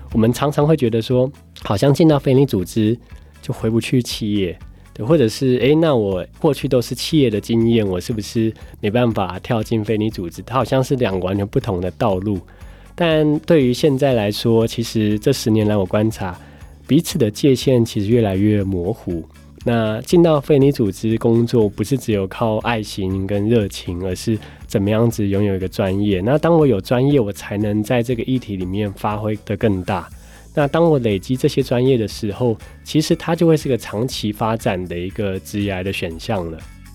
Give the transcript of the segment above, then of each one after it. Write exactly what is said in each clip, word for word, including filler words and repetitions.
我们常常会觉得说，好像进到非营利组织就回不去企业，对，或者是诶，那我过去都是企业的经验，我是不是没办法跳进非营利组织？它好像是两个完全不同的道路。但对于现在来说，其实这十年来我观察，彼此的界限其实越来越模糊。那进到非营利组织工作，不是只有靠爱心跟热情，而是怎么样子拥有一个专业。那当我有专业，我才能在这个议题里面发挥得更大。那当我累积这些专业的时候，其实它就会是个长期发展的一个职业的选项了。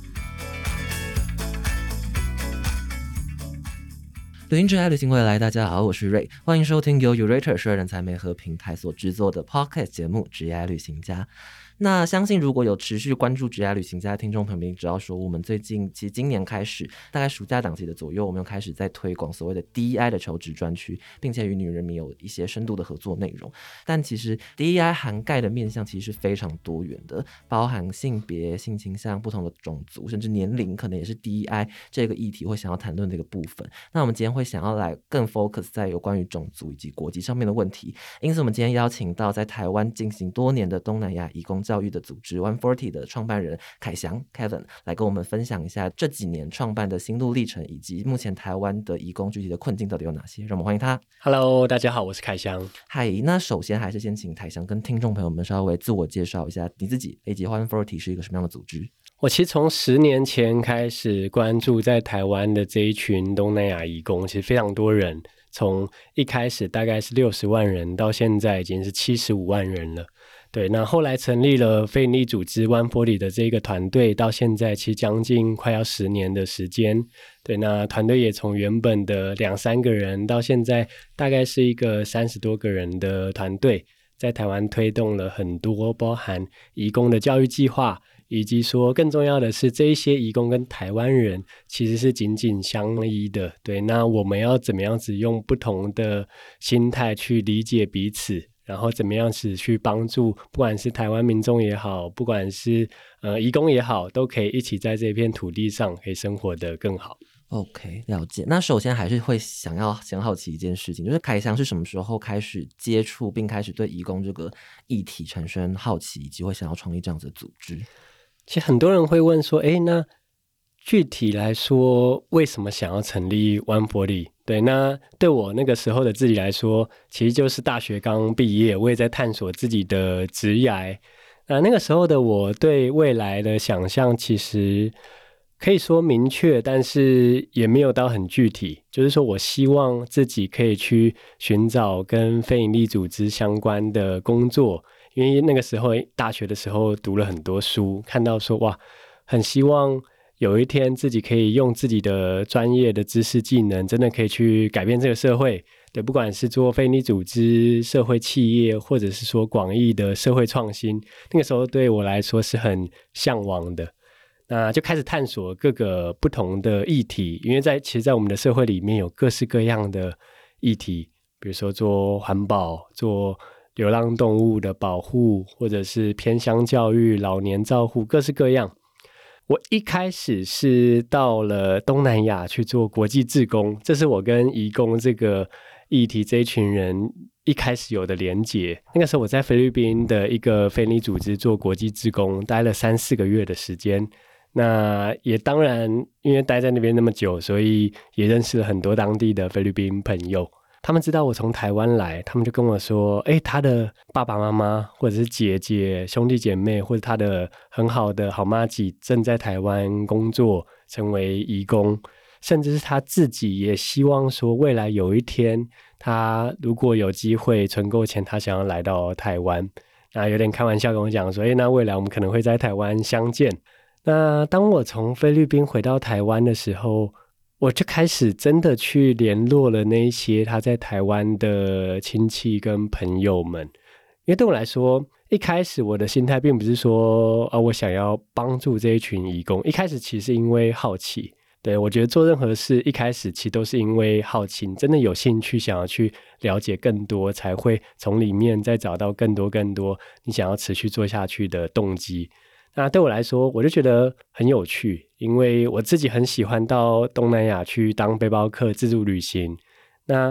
旅行之爱，旅行未来，大家好，我是瑞，欢迎收听由 Yourator 数位人才媒合平台所制作的 Podcast 节目《职业旅行家》。那相信如果有持续关注职业旅行家的听众朋友们，知道说我们最近其实今年开始，大概暑假档期的左右，我们又开始在推广所谓的 D E I 的求职专区，并且与女人迷有一些深度的合作内容。但其实 D E I 涵盖的面向其实是非常多元的，包含性别、性倾向、不同的种族，甚至年龄，可能也是 D E I 这个议题会想要谈论的一个部分。那我们今天会想要来更 focus 在有关于种族以及国籍上面的问题，因此我们今天邀请到在台湾进行多年的东南亚移工教育的组织一百四十的创办人凯翔 Kevin 来跟我们分享一下这几年创办的心路历程，以及目前台湾的移工具体的困境到底有哪些。让我们欢迎他。 Hello， 大家好，我是凯翔。 嗨，那首先还是先请凯翔跟听众朋友们稍微自我介绍一下你自己，以及一百四十是一个什么样的组织。 我其实从十年前开始关注在台湾的这一群东南亚移工，其实非常多人，从一开始大概是六十万人，到现在已经是七十五万人了。对，那后来成立了非营利组织一百四十的这个团队，到现在其实将近快要十年的时间。对，那团队也从原本的两三个人，到现在大概是一个三十多个人的团队，在台湾推动了很多包含移工的教育计划，以及说更重要的是，这一些移工跟台湾人其实是紧紧相依的。对，那我们要怎么样子用不同的心态去理解彼此，然后怎么样子去帮助不管是台湾民众也好，不管是呃移工也好，都可以一起在这片土地上可以生活得更好。 OK， 了解。那首先还是会想要先好奇一件事情，就是凯翔是什么时候开始接触并开始对移工这个议题产生好奇，以及会想要创立这样子的组织？ 其实很多人会问说，诶，那具体来说为什么想要成立一百四十？对，那对我那个时候的自己来说，其实就是大学刚毕业，我也在探索自己的职涯。那那个时候的我对未来的想象其实可以说明确，但是也没有到很具体。就是说我希望自己可以去寻找跟非营利组织相关的工作，因为那个时候大学的时候读了很多书，看到说哇，很希望有一天自己可以用自己的专业的知识技能，真的可以去改变这个社会。对，不管是做非营利组织、社会企业，或者是说广义的社会创新，那个时候对我来说是很向往的。那就开始探索各个不同的议题，因为在其实在我们的社会里面有各式各样的议题，比如说做环保、做流浪动物的保护，或者是偏乡教育、老年照护，各式各样。我一开始是到了东南亚去做国际志工，这是我跟移工这个议题这一群人一开始有的连结。那个时候我在菲律宾的一个非营利组织做国际志工，待了三四个月的时间。那也当然因为待在那边那么久，所以也认识了很多当地的菲律宾朋友。他们知道我从台湾来，他们就跟我说，诶，他的爸爸妈妈或者是姐姐兄弟姐妹，或者他的很好的好妈吉正在台湾工作成为移工，甚至是他自己也希望说未来有一天他如果有机会存够钱，他想要来到台湾。那有点开玩笑跟我讲说，诶，那未来我们可能会在台湾相见。那当我从菲律宾回到台湾的时候，我就开始真的去联络了那一些他在台湾的亲戚跟朋友们。因为对我来说，一开始我的心态并不是说、啊、我想要帮助这一群移工，一开始其实是因为好奇。对，我觉得做任何事一开始其实都是因为好奇，你真的有兴趣想要去了解更多，才会从里面再找到更多更多你想要持续做下去的动机。那对我来说，我就觉得很有趣，因为我自己很喜欢到东南亚去当背包客自助旅行。那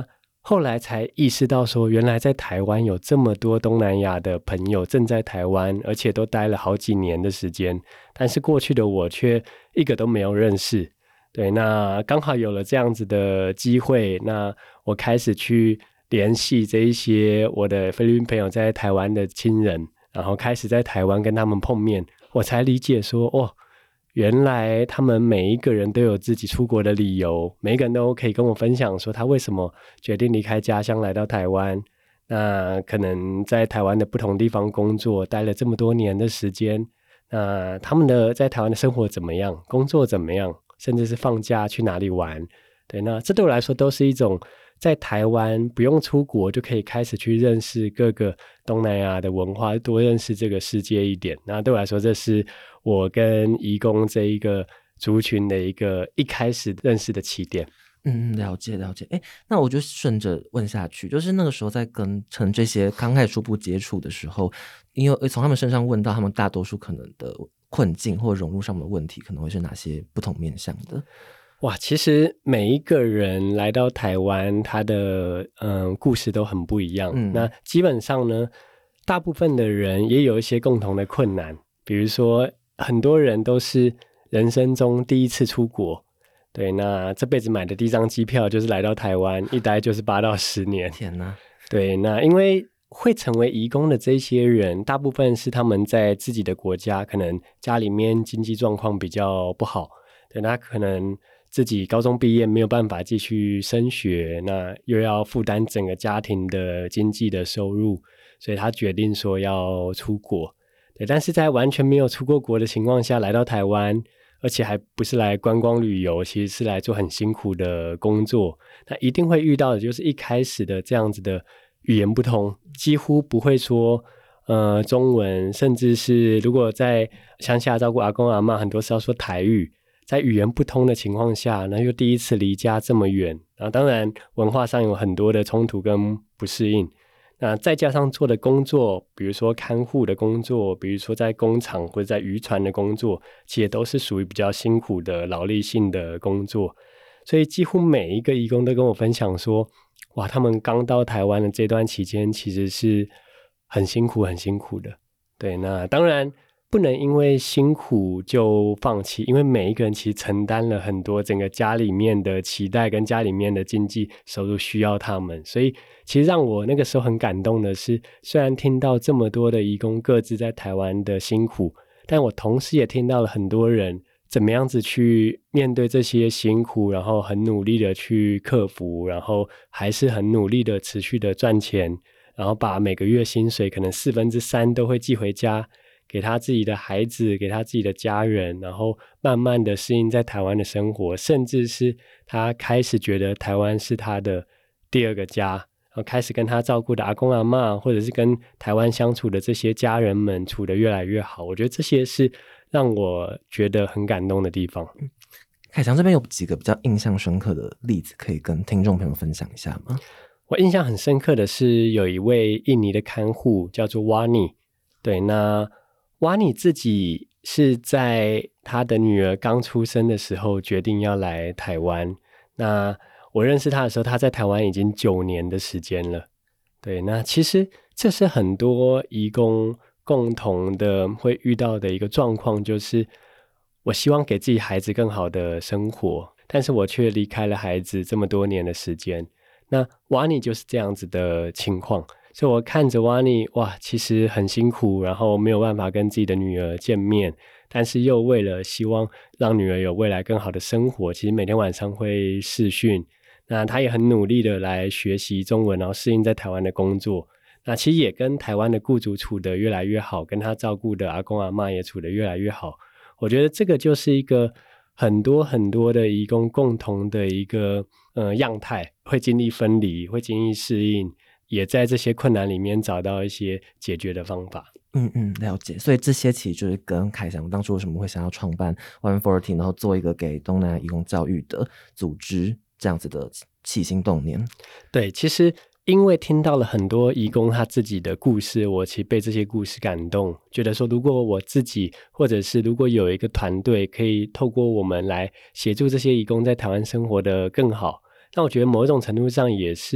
后来才意识到说，原来在台湾有这么多东南亚的朋友正在台湾，而且都待了好几年的时间，但是过去的我却一个都没有认识。对，那刚好有了这样子的机会，那我开始去联系这一些我的菲律宾朋友在台湾的亲人，然后开始在台湾跟他们碰面，我才理解说，哦，原来他们每一个人都有自己出国的理由，每一个人都可以跟我分享说他为什么决定离开家乡来到台湾，那可能在台湾的不同地方工作，待了这么多年的时间，那他们的在台湾的生活怎么样，工作怎么样，甚至是放假去哪里玩。对，那这对我来说都是一种在台湾不用出国就可以开始去认识各个东南亚的文化，多认识这个世界一点。那对我来说，这是我跟移工这一个族群的一个一开始认识的起点。 嗯，了解了解。哎，那我就顺着问下去，就是那个时候在跟陈这些刚开始初步接触的时候，因为从他们身上问到他们大多数可能的困境或融入上的问题，可能会是哪些不同面向的？ 哇，其实每一个人来到台湾，他的嗯故事都很不一样。嗯，那基本上呢，大部分的人也有一些共同的困难，比如说很多人都是人生中第一次出国。对，那这辈子买的第一张机票就是来到台湾，一待就是八到十年。 天哪！ 对，那因为会成为移工的这些人，大部分是他们在自己的国家，可能家里面经济状况比较不好，对，那可能自己高中毕业没有办法继续升学，那又要负担整个家庭的经济的收入，所以他决定说要出国。对，但是在完全没有出过国的情况下来到台湾，而且还不是来观光旅游，其实是来做很辛苦的工作，那一定会遇到的就是一开始的这样子的语言不通，几乎不会说呃中文，甚至是如果在乡下照顾阿公阿嬷，很多是要说台语，在语言不通的情况下，那又第一次离家这么远，然后当然文化上有很多的冲突跟不适应，那再加上做的工作，比如说看护的工作，比如说在工厂或者在渔船的工作，其实都是属于比较辛苦的劳力性的工作，所以几乎每一个移工都跟我分享说，哇，他们刚到台湾的这段期间其实是很辛苦很辛苦的。对，那当然不能因为辛苦就放弃，因为每一个人其实承担了很多整个家里面的期待跟家里面的经济收入需要他们，所以其实让我那个时候很感动的是，虽然听到这么多的移工各自在台湾的辛苦，但我同时也听到了很多人怎么样子去面对这些辛苦，然后很努力的去克服，然后还是很努力的持续的赚钱，然后把每个月薪水可能四分之三都会寄回家给他自己的孩子，给他自己的家人，然后慢慢的适应在台湾的生活，甚至是他开始觉得台湾是他的第二个家，然后开始跟他照顾的阿公阿嬷，或者是跟台湾相处的这些家人们处得越来越好，我觉得这些是让我觉得很感动的地方。 凯翔这边有几个比较印象深刻的例子可以跟听众朋友分享一下吗？ 我印象很深刻的是有一位印尼的看护叫做 Wani， 对，那瓦尼自己是在他的女儿刚出生的时候决定要来台湾，那我认识他的时候，他在台湾已经九年的时间了。对，那其实这是很多移工共同的会遇到的一个状况，就是我希望给自己孩子更好的生活，但是我却离开了孩子这么多年的时间。那瓦尼就是这样子的情况，所以我看着瓦尼，哇，其实很辛苦，然后没有办法跟自己的女儿见面，但是又为了希望让女儿有未来更好的生活，其实每天晚上会视讯，那他也很努力的来学习中文，然后适应在台湾的工作，那其实也跟台湾的雇主处得越来越好，跟他照顾的阿公阿嬷也处得越来越好。我觉得这个就是一个很多很多的移工共同的一个呃样态，会经历分离，会经历适应，也在这些困难里面找到一些解决的方法。 嗯嗯，了解。所以这些其实就是跟凯翔当初为什么会想要创办一百四十，然后做一个给东南亚移工教育的组织这样子的起心动念。 对，其实因为听到了很多移工他自己的故事，我其实被这些故事感动，觉得说如果我自己或者是如果有一个团队可以透过我们来协助这些移工在台湾生活的更好，那我觉得某一种程度上也是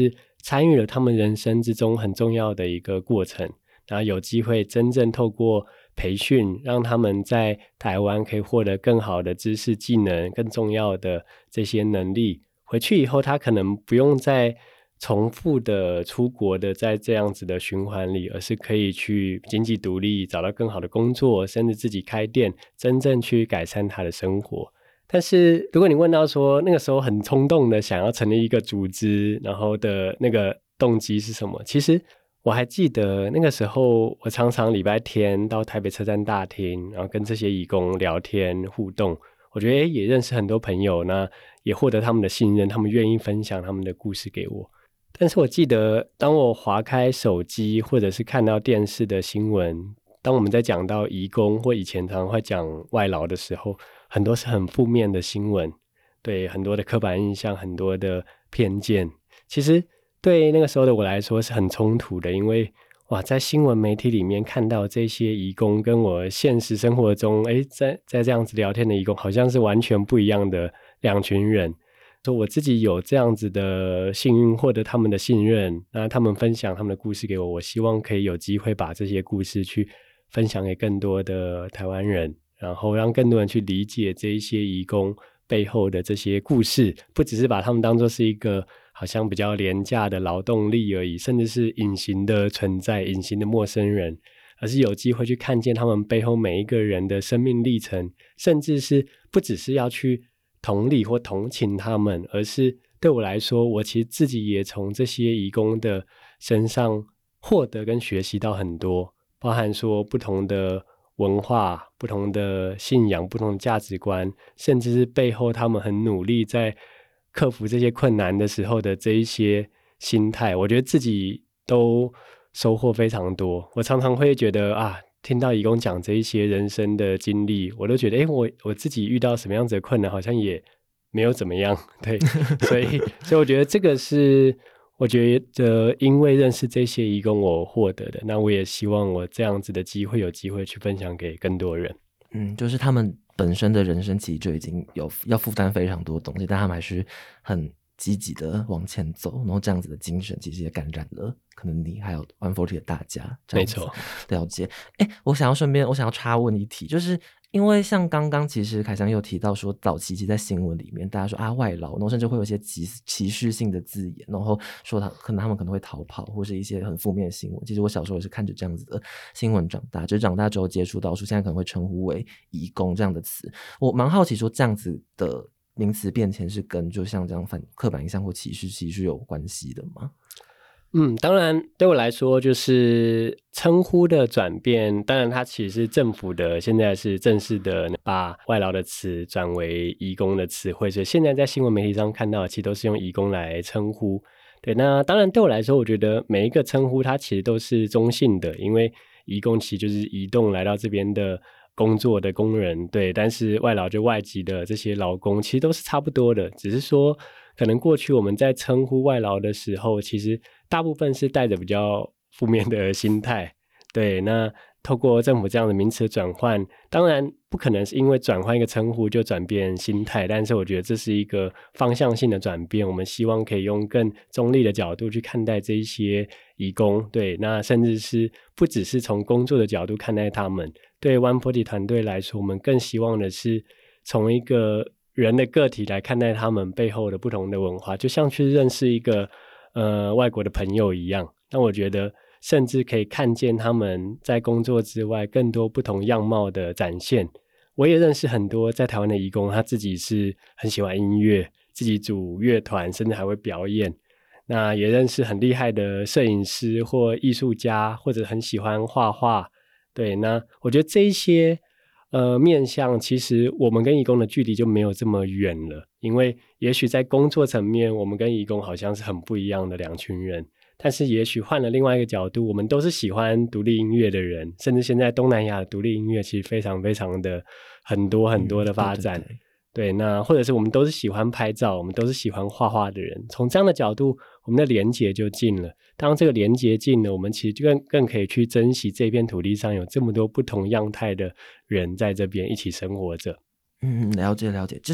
参与了他们人生之中很重要的一个过程，然后有机会真正透过培训让他们在台湾可以获得更好的知识技能，更重要的这些能力，回去以后他可能不用再重复的出国的在这样子的循环里，而是可以去经济独立，找到更好的工作，甚至自己开店，真正去改善他的生活。但是如果你问到说那个时候很冲动的想要成立一个组织，然后的那个动机是什么，其实我还记得那个时候我常常礼拜天到台北车站大厅，然后跟这些移工聊天互动，我觉得诶也认识很多朋友，那也获得他们的信任，他们愿意分享他们的故事给我。但是我记得当我滑开手机或者是看到电视的新闻，当我们在讲到移工或以前常常会讲外劳的时候，很多是很负面的新闻，对，很多的刻板印象，很多的偏见，其实对那个时候的我来说是很冲突的，因为哇，在新闻媒体里面看到这些移工跟我现实生活中诶在在这样子聊天的移工好像是完全不一样的两群人。说我自己有这样子的幸运获得他们的信任，那他们分享他们的故事给我，我希望可以有机会把这些故事去分享给更多的台湾人，然后让更多人去理解这一些移工背后的这些故事，不只是把他们当作是一个好像比较廉价的劳动力而已，甚至是隐形的存在，隐形的陌生人，而是有机会去看见他们背后每一个人的生命历程，甚至是不只是要去同理或同情他们，而是对我来说，我其实自己也从这些移工的身上获得跟学习到很多，包含说不同的文化、不同的信仰、不同的价值观，甚至是背后他们很努力在克服这些困难的时候的这一些心态，我觉得自己都收获非常多。我常常会觉得啊，听到移工讲这一些人生的经历，我都觉得诶我我自己遇到什么样子的困难好像也没有怎么样，对，所以所以我觉得这个是我觉得因为认识这些移工我获得的，那我也希望我这样子的机会有机会去分享给更多人。 嗯，就是他们本身的人生其实就已经有要负担非常多东西，但他们还是很积极的往前走，然后这样子的精神其实也感染了可能你还有一百四十的大家。 没错， 了解。诶，我想要顺便我想要插问一题，就是因为像刚刚其实凯翔有提到说早期其实在新闻里面大家说啊外劳，然后甚至会有一些歧歧视性的字眼，然后说他可能他们可能会逃跑或是一些很负面的新闻。其实我小时候也是看着这样子的新闻长大，就是长大之后接触到说现在可能会称呼为移工这样的词。我蛮好奇说这样子的名词变迁是跟就像这样反刻板印象或歧视其实有关系的吗？ 嗯，当然对我来说就是称呼的转变，当然它其实是政府的现在是正式的把外劳的词转为移工的词汇，所以现在在新闻媒体上看到其实都是用移工来称呼。对，那当然对我来说我觉得每一个称呼它其实都是中性的，因为移工其实就是移动来到这边的工作的工人，对，但是外劳就外籍的这些劳工其实都是差不多的，只是说可能过去我们在称呼外劳的时候其实大部分是带着比较负面的心态，对，那透过政府这样的名词转换，当然不可能是因为转换一个称呼就转变心态，但是我觉得这是一个方向性的转变，我们希望可以用更中立的角度去看待这一些移工，对，那甚至是不只是从工作的角度看待他们，对一百四十团队来说，我们更希望的是从一个人的个体来看待他们背后的不同的文化，就像去认识一个呃外国的朋友一样。那我觉得甚至可以看见他们在工作之外更多不同样貌的展现。我也认识很多在台湾的移工，他自己是很喜欢音乐，自己组乐团，甚至还会表演。那也认识很厉害的摄影师或艺术家，或者很喜欢画画。对，那我觉得这一些呃面向其实我们跟移工的距离就没有这么远了，因为也许在工作层面我们跟移工好像是很不一样的两群人，但是也许换了另外一个角度，我们都是喜欢独立音乐的人，甚至现在东南亚的独立音乐其实非常非常的很多很多的发展、嗯、对, 对, 对, 对，那或者是我们都是喜欢拍照，我们都是喜欢画画的人，从这样的角度我们的连结就近了。当这个连结近了，我们其实就 更, 更可以去珍惜这片土地上有这么多不同样态的人在这边一起生活着。 嗯，了解了解。就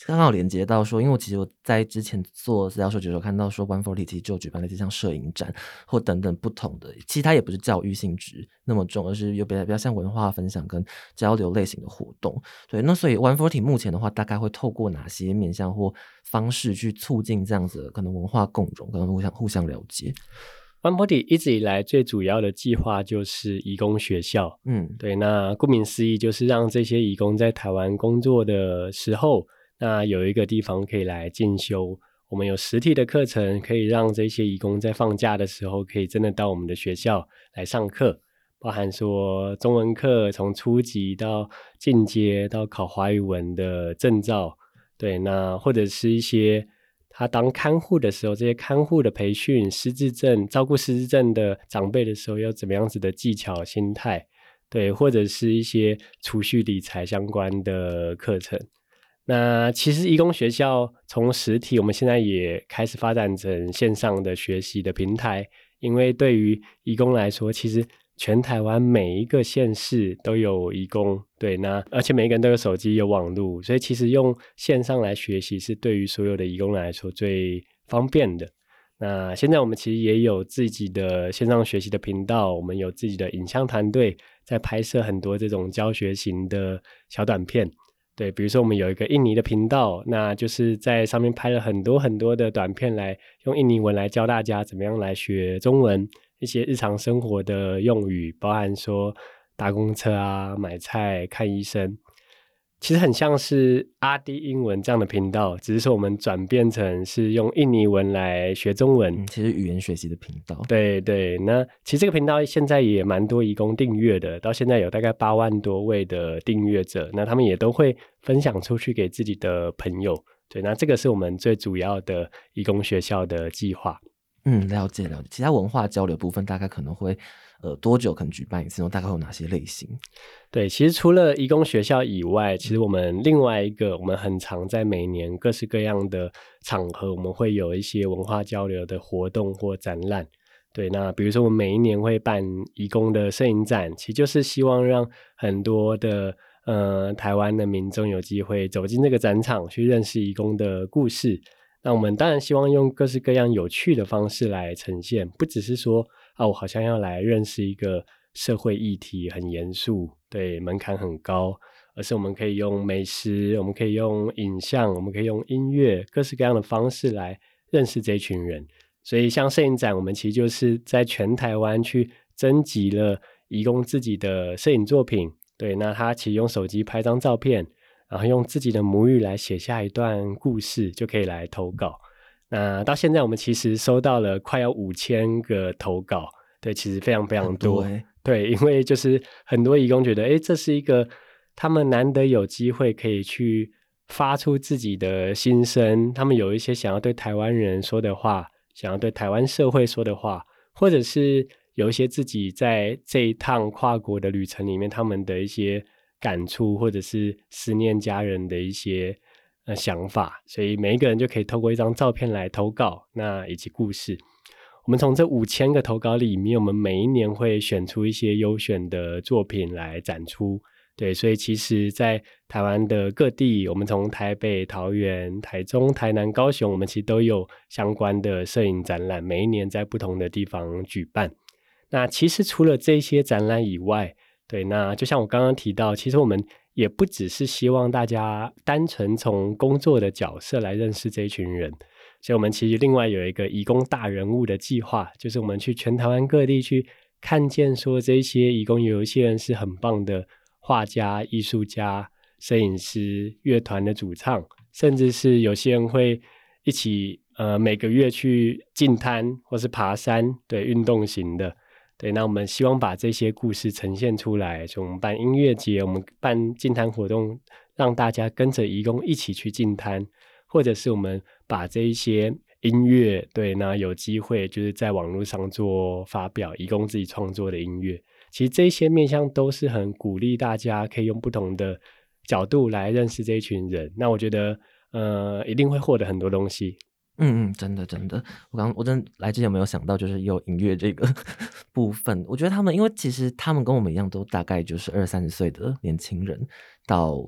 刚好连接到说，因为我其实我在之前做资料收集的时候看到说 一四零其实就举办了一些像摄影展或等等不同的，其实它也不是教育性质那么重，而是有比较比较像文化分享跟交流类型的活动。对，那所以一四零目前的话大概会透过哪些面向或方式去促进这样子的可能文化共融，可能互相互相了解。 一四零一直以来最主要的计划就是移工学校，嗯，对，那顾名思义就是让这些移工在台湾工作的时候，那有一个地方可以来进修，我们有实体的课程，可以让这些移工在放假的时候可以真的到我们的学校来上课，包含说中文课从初级到进阶到考华语文的证照，对，那或者是一些他当看护的时候，这些看护的培训，失智症照顾失智症的长辈的时候要怎么样子的技巧心态，对，或者是一些储蓄理财相关的课程。那其实移工学校从实体我们现在也开始发展成线上的学习的平台，因为对于移工来说，其实全台湾每一个县市都有移工，对，那而且每一个人都有手机有网络，所以其实用线上来学习是对于所有的移工来说最方便的。那现在我们其实也有自己的线上学习的频道，我们有自己的影像团队在拍摄很多这种教学型的小短片，对，比如说我们有一个印尼的频道，那就是在上面拍了很多很多的短片，来用印尼文来教大家怎么样来学中文，一些日常生活的用语，包含说搭公车啊、买菜、看医生，其实很像是阿滴英文这样的频道，只是说我们转变成是用印尼文来学中文， 嗯，其实语言学习的频道。 对对，那其实这个频道现在也蛮多移工订阅的，到现在有大概八万多位的订阅者，那他们也都会分享出去给自己的朋友。对，那这个是我们最主要的移工学校的计划。 嗯，了解了解。其他文化交流部分大概可能会呃多久可能举办一次，大概有哪些类型？ 对，其实除了移工学校以外，其实我们另外一个我们很常在每年各式各样的场合，我们会有一些文化交流的活动或展览。对，那比如说我们每一年会办移工的摄影展，其实就是希望让很多的呃台湾的民众有机会走进这个展场，去认识移工的故事。那我们当然希望用各式各样有趣的方式来呈现，不只是说啊，我好像要来认识一个社会议题很严肃，对，门槛很高，而是我们可以用美食，我们可以用影像，我们可以用音乐，各式各样的方式来认识这群人。所以像摄影展，我们其实就是在全台湾去征集了移工自己的摄影作品，对，那他其实用手机拍张照片，然后用自己的母语来写下一段故事，就可以来投稿。那到现在我们其实收到了快要五千个投稿，对，其实非常非常多。 欸、 对，因为就是很多移工觉得，诶，这是一个他们难得有机会可以去发出自己的心声，他们有一些想要对台湾人说的话，想要对台湾社会说的话，或者是有一些自己在这一趟跨国的旅程里面他们的一些感触，或者是思念家人的一些呃想法，所以每一个人就可以透过一张照片来投稿，那以及故事。我们从这五千个投稿里面，我们每一年会选出一些优选的作品来展出。对，所以其实在台湾的各地，我们从台北、桃园、台中、台南、高雄，我们其实都有相关的摄影展览，每一年在不同的地方举办。那其实除了这些展览以外，对，那就像我刚刚提到，其实我们也不只是希望大家单纯从工作的角色来认识这一群人，所以我们其实另外有一个移工大人物的计划，就是我们去全台湾各地去看见说这些移工有一些人是很棒的画家、艺术家、摄影师、乐团的主唱，甚至是有些人会一起呃每个月去进滩或是爬山，对，运动型的。对，那我们希望把这些故事呈现出来，就我们办音乐节，我们办净滩活动，让大家跟着移工一起去净滩，或者是我们把这一些音乐，对，那有机会就是在网络上做发表，移工自己创作的音乐。其实这些面向都是很鼓励大家可以用不同的角度来认识这一群人。那我觉得呃，一定会获得很多东西。 嗯嗯，真的真的，我刚我真来之前没有想到，就是有音乐这个部分。我觉得他们，因为其实他们跟我们一样，都大概就是二三十岁的年轻人，到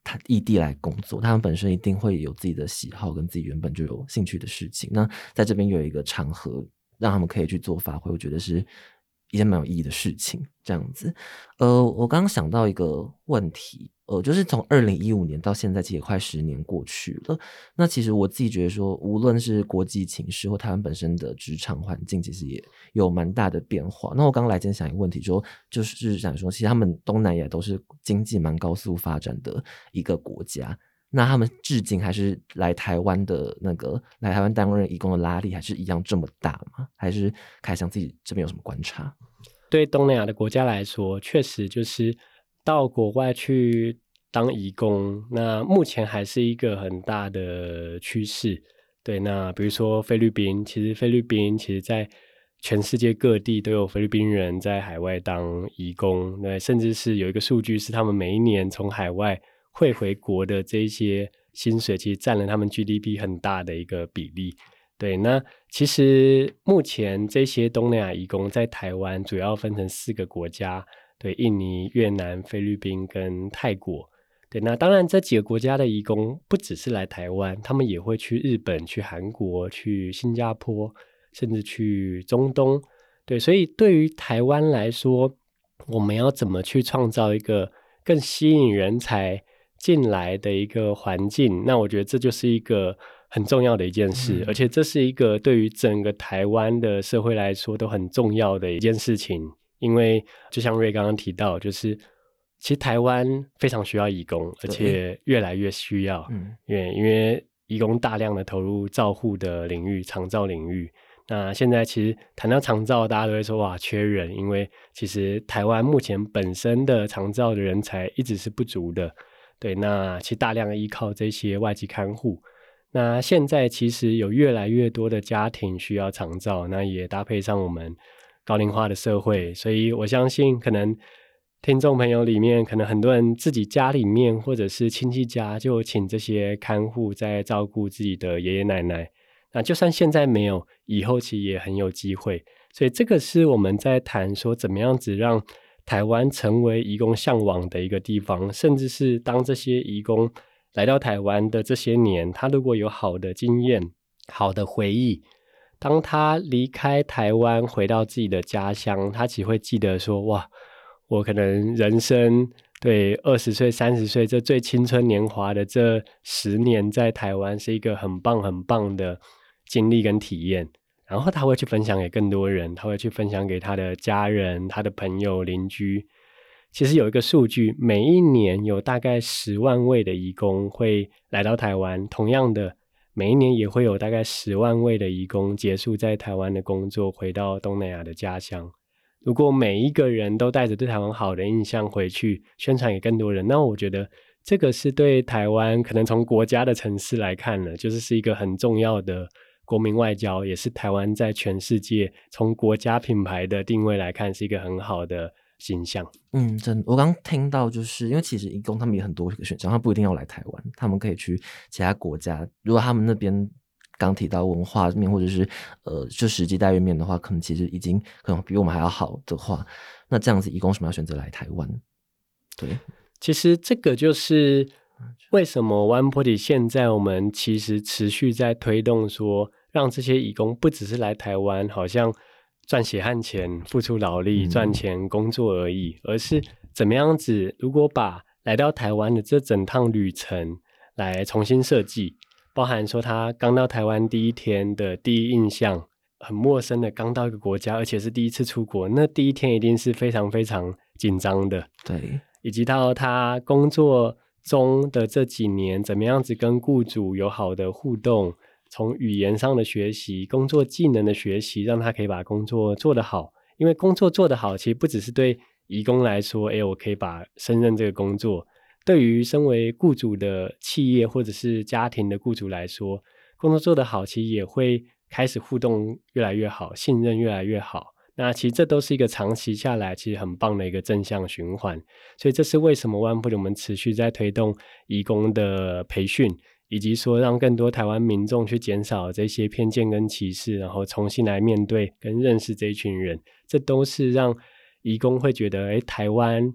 他异地来工作，他们本身一定会有自己的喜好跟自己原本就有兴趣的事情，那在这边有一个场合让他们可以去做发挥，我觉得是一件蛮有意义的事情这样子。呃，我刚刚想到一个问题，呃，就是从二零一五年到现在其实也快十年过去了，那其实我自己觉得说无论是国际情势或台湾本身的职场环境其实也有蛮大的变化。那我刚刚来今天想一个问题说，就是想说其实他们东南亚都是经济蛮高速发展的一个国家，那他们至今还是来台湾的那个来台湾担任移工的拉力还是一样这么大吗？还是凯翔自己这边有什么观察？ 对东南亚的国家来说，确实就是到国外去当移工，那目前还是一个很大的趋势。对，那比如说菲律宾，其实菲律宾其实在全世界各地都有菲律宾人在海外当移工，对，甚至是有一个数据是他们每一年从海外汇回国的这一些薪水，其实占了他们 G D P 很大的一个比例。对，那其实目前这些东南亚移工在台湾主要分成四个国家，对，印尼、越南、菲律宾跟泰国。对，那当然这几个国家的移工不只是来台湾，他们也会去日本、去韩国、去新加坡，甚至去中东。对，所以对于台湾来说，我们要怎么去创造一个更吸引人才进来的一个环境，那我觉得这就是一个很重要的一件事、嗯、而且这是一个对于整个台湾的社会来说都很重要的一件事情。因为就像瑞刚刚提到，就是其实台湾非常需要移工，而且越来越需要、嗯、因为因为移工大量的投入照护的领域、长照领域。那现在其实谈到长照，大家都会说哇缺人，因为其实台湾目前本身的长照的人才一直是不足的。对，那其实大量依靠这些外籍看护。那现在其实有越来越多的家庭需要长照，那也搭配上我们高龄化的社会，所以我相信可能听众朋友里面可能很多人自己家里面或者是亲戚家就请这些看护在照顾自己的爷爷奶奶，那就算现在没有，以后其实也很有机会。所以这个是我们在谈说怎么样子让台湾成为移工向往的一个地方，甚至是当这些移工来到台湾的这些年，他如果有好的经验、好的回忆，当他离开台湾回到自己的家乡，他只会记得说哇，我可能人生对二十岁、三十岁这最青春年华的这十年在台湾是一个很棒很棒的经历跟体验，然后他会去分享给更多人，他会去分享给他的家人、他的朋友、邻居。其实有一个数据，每一年有大概十万位的移工会来到台湾，同样的每一年也会有大概十万位的移工结束在台湾的工作，回到东南亚的家乡。如果每一个人都带着对台湾好的印象回去宣传给更多人，那我觉得这个是对台湾可能从国家的层次来看呢，就是是一个很重要的国民外交，也是台湾在全世界从国家品牌的定位来看是一个很好的形象。 嗯，真的，我刚听到就是因为其实移工他们也很多个选项，他不一定要来台湾，他们可以去其他国家，如果他们那边刚提到文化面或者是呃就实际待遇面的话，可能其实已经可能比我们还要好的话，那这样子移工为什么要选择来台湾？对， 其实这个就是为什么 OnePoly 现在我们其实持续在推动说让这些移工不只是来台湾好像赚血汗钱付出劳力赚钱工作而已、嗯、而是怎么样子如果把来到台湾的这整趟旅程来重新设计，包含说他刚到台湾第一天的第一印象，很陌生的刚到一个国家，而且是第一次出国，那第一天一定是非常非常紧张的。 对， 以及到他工作中的这几年怎么样子跟雇主有好的互动，从语言上的学习、工作技能的学习，让他可以把工作做得好。因为工作做得好，其实不只是对移工来说，诶，我可以把胜任这个工作，对于身为雇主的企业或者是家庭的雇主来说，工作做得好，其实也会开始互动越来越好，信任越来越好。那其实这都是一个长期下来其实很棒的一个正向循环，所以这是为什么 OnePoly 我们持续在推动移工的培训，以及说让更多台湾民众去减少这些偏见跟歧视，然后重新来面对跟认识这一群人，这都是让移工会觉得诶台湾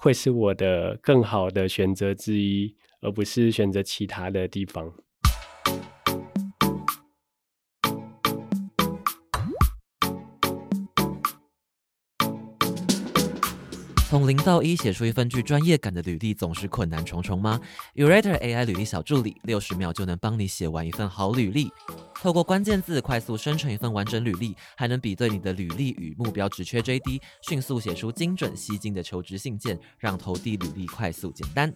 会是我的更好的选择之一，而不是选择其他的地方。 从零到一写出一份具专业感的履历总是困难重重吗？ Yourator A I 履历小助理六十秒就能帮你写完一份好履历，透过关键字快速生成一份完整履历，还能比对你的履历与目标职缺 J D， 迅速写出精准吸睛的求职信件，让投递履历快速简单。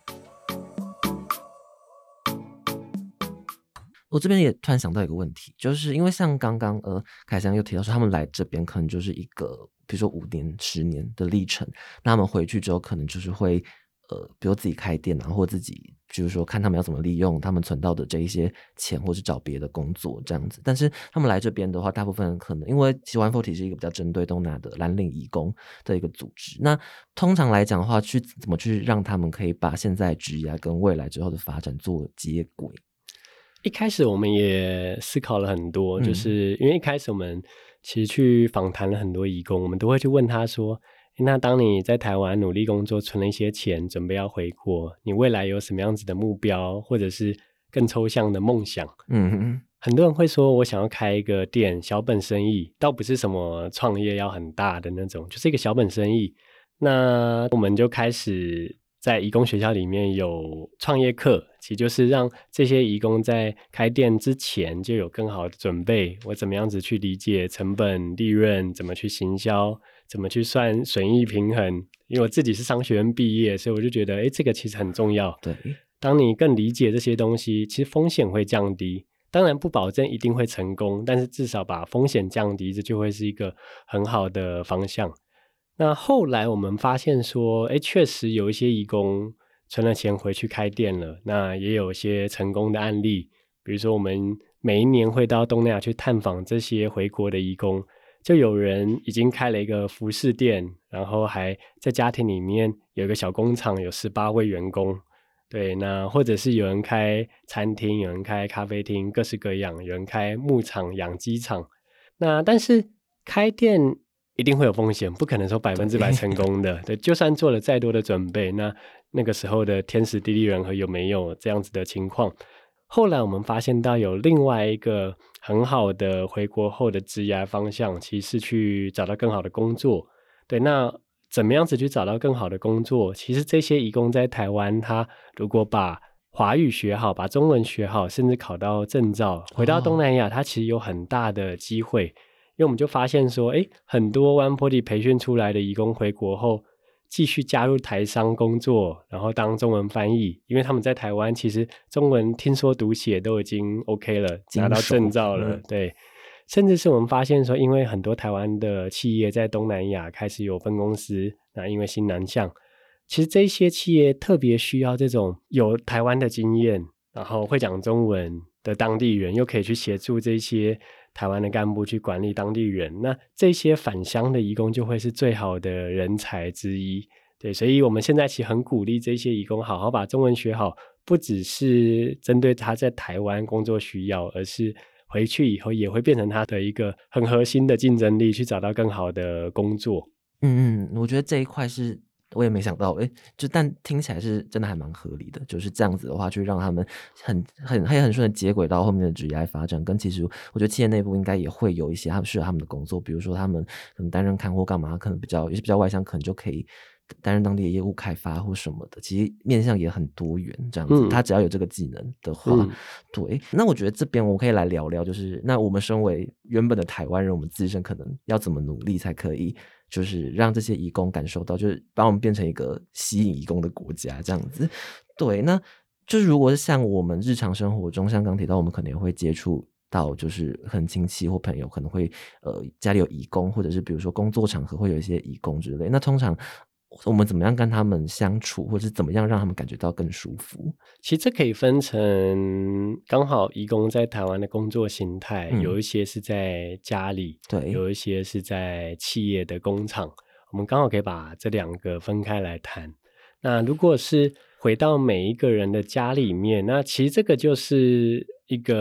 我这边也突然想到一个问题，就是因为像刚刚呃凯翔又提到说他们来这边可能就是一个比如说五年十年的历程，那他们回去之后可能就是会呃比如自己开店啊，或自己就是说看他们要怎么利用他们存到的这一些钱，或是找别的工作这样子。但是他们来这边的话，大部分可能因为其实one forty是一个比较针对东南亚的蓝领移工的一个组织，那通常来讲的话，去怎么去让他们可以把现在职业跟未来之后的发展做接轨？ 一开始我们也思考了很多，就是因为一开始我们其实去访谈了很多移工，我们都会去问他说，那当你在台湾努力工作存了一些钱，准备要回国，你未来有什么样子的目标，或者是更抽象的梦想？嗯哼，很多人会说我想要开一个店，小本生意，倒不是什么创业要很大的那种，就是一个小本生意。那我们就开始在移工学校里面有创业课，其实就是让这些移工在开店之前就有更好的准备，我怎么样子去理解成本利润，怎么去行销，怎么去算损益平衡。因为我自己是商学院毕业，所以我就觉得诶这个其实很重要。 对， 当你更理解这些东西，其实风险会降低，当然不保证一定会成功，但是至少把风险降低，这就会是一个很好的方向。那后来我们发现说，诶确实有一些移工存了钱回去开店了，那也有一些成功的案例。比如说我们每一年会到东南亚去探访这些回国的移工，就有人已经开了一个服饰店，然后还在家庭里面有一个小工厂，有十八位员工。对，那或者是有人开餐厅，有人开咖啡厅，各式各样，有人开牧场、养鸡场。那但是开店一定会有风险，不可能说百分之百成功的。对，就算做了再多的准备，那那个时候的天时地利人和有没有这样子的情况？后来我们发现到有另外一个很好的回国后的职业方向，其实是去找到更好的工作。对，那怎么样子去找到更好的工作？其实这些移工在台湾，他如果把华语学好，把中文学好，甚至考到证照，回到东南亚，他其实有很大的机会。因为我们就发现说，诶，很多one forty培训出来的移工回国后，继续加入台商工作，然后当中文翻译，因为他们在台湾其实中文听说读写都已经 OK 了，拿到证照了，嗯、对。甚至是我们发现说，因为很多台湾的企业在东南亚开始有分公司，那因为新南向，其实这些企业特别需要这种有台湾的经验，然后会讲中文的当地人，又可以去协助这些台湾的干部去管理当地人，那这些返乡的移工就会是最好的人才之一。对，所以我们现在其实很鼓励这些移工好好把中文学好，不只是针对他在台湾工作需要，而是回去以后也会变成他的一个很核心的竞争力，去找到更好的工作。 嗯嗯，我觉得这一块是我也没想到，诶，就但听起来是真的还蛮合理的，就是这样子的话，去让他们很很很很顺的接轨到后面的职业发展。跟其实我觉得企业内部应该也会有一些他们适合他们的工作，比如说他们可能担任看护干嘛，可能比较有些比较外向，可能就可以担任当地的业务开发或什么的，其实面向也很多元这样子、嗯、他只要有这个技能的话、嗯、对。那我觉得这边我们可以来聊聊，就是那我们身为原本的台湾人，我们自身可能要怎么努力才可以就是让这些移工感受到，就是把我们变成一个吸引移工的国家这样子。对，那就是如果是像我们日常生活中，像刚提到我们可能也会接触到就是很亲戚或朋友可能会呃家里有移工，或者是比如说工作场合会有一些移工之类，那通常我们怎么样跟他们相处，或者是怎么样让他们感觉到更舒服？ 其实这可以分成刚好移工在台湾的工作形态、嗯、有一些是在家里，对，有一些是在企业的工厂，我们刚好可以把这两个分开来谈。那如果是回到每一个人的家里面，那其实这个就是一个